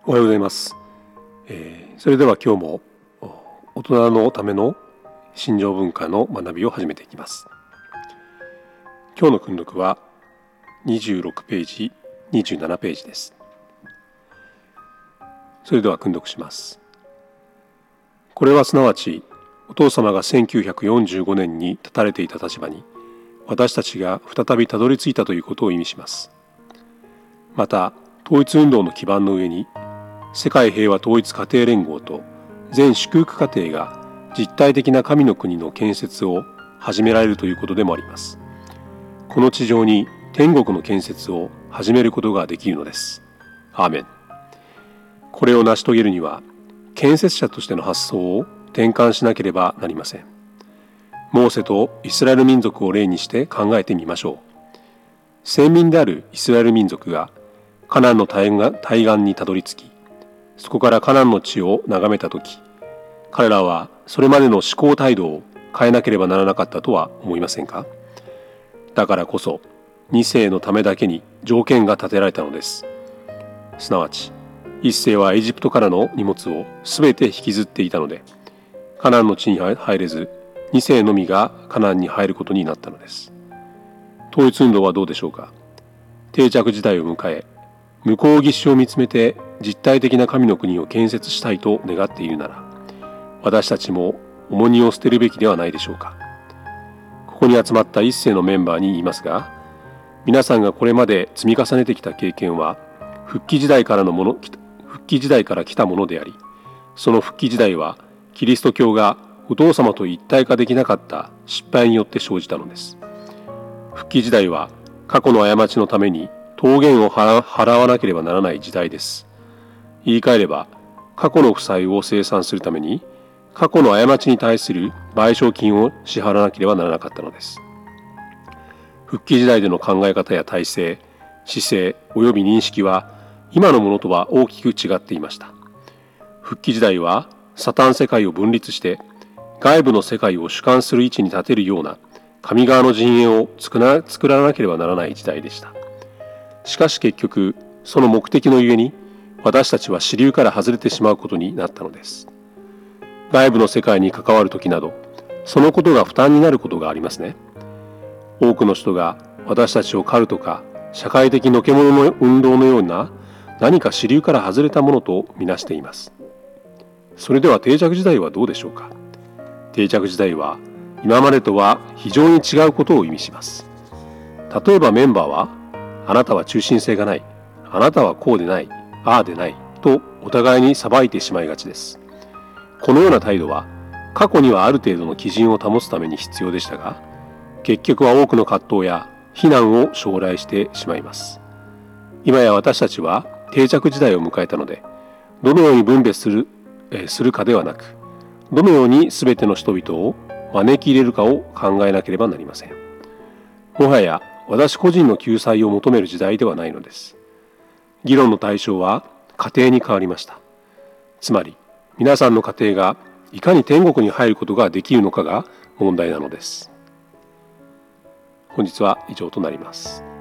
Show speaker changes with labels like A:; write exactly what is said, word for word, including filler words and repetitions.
A: おはようございます、えー、それでは今日も大人のための心情文化の学びを始めていきます。今日の訓読はにじゅうろくページ、にじゅうななページです。それでは訓読します。これはすなわちお父様がせんきゅうひゃくよんじゅうごねんに立たれていた立場に私たちが再びたどり着いたということを意味します。また統一運動の基盤の上に世界平和統一家庭連合と全祝福家庭が実体的な神の国の建設を始められるということでもあります。この地上に天国の建設を始めることができるのです。アーメン。これを成し遂げるには建設者としての発想を転換しなければなりません。モーセとイスラエル民族を例にして考えてみましょう。先民であるイスラエル民族がカナンの対岸にたどり着き、そこからカナンの地を眺めたとき、彼らはそれまでの思考態度を変えなければならなかったとは思いませんか？だからこそに世のためだけに条件が立てられたのです。すなわちいっ世はエジプトからの荷物をすべて引きずっていたので、カナンの地に入れずに世のみがカナンに入ることになったのです。統一運動はどうでしょうか？定着時代を迎え、向こう岸を見つめて実体的な神の国を建設したいと願っているなら、私たちも重荷を捨てるべきではないでしょうか。ここに集まった一世のメンバーに言いますが、皆さんがこれまで積み重ねてきた経験は復帰時代からのもの復帰時代から来たものであり、その復帰時代はキリスト教がお父様と一体化できなかった失敗によって生じたのです。復帰時代は過去の過ちのために桃源を払わなければならない時代です。言い換えれば、過去の負債を清算するために過去の過ちに対する賠償金を支払わなければならなかったのです。復帰時代での考え方や体制、姿勢及び認識は今のものとは大きく違っていました。復帰時代はサタン世界を分立して外部の世界を主観する位置に立てるような神側の陣営を作ら、作らなければならない時代でした。しかし結局その目的のゆえに私たちは支流から外れてしまうことになったのです。外部の世界に関わるときなど、そのことが負担になることがありますね。多くの人が私たちをカルトか社会的のけ者の運動のような何か支流から外れたものとみなしています。それでは定着時代はどうでしょうか。定着時代は今までとは非常に違うことを意味します。例えばメンバーは、あなたは中心性がない、あなたはこうでない、ああでないとお互いに裁いてしまいがちです。このような態度は過去にはある程度の基準を保つために必要でしたが、結局は多くの葛藤や非難を将来してしまいます。今や私たちは定着時代を迎えたので、どのように分別する、えー、するかではなく、どのように全ての人々を招き入れるかを考えなければなりません。もはや私個人の救済を求める時代ではないのです。議論の対象は家庭に変わりました。つまり皆さんの家庭がいかに天国に入ることができるのかが問題なのです。本日は以上となります。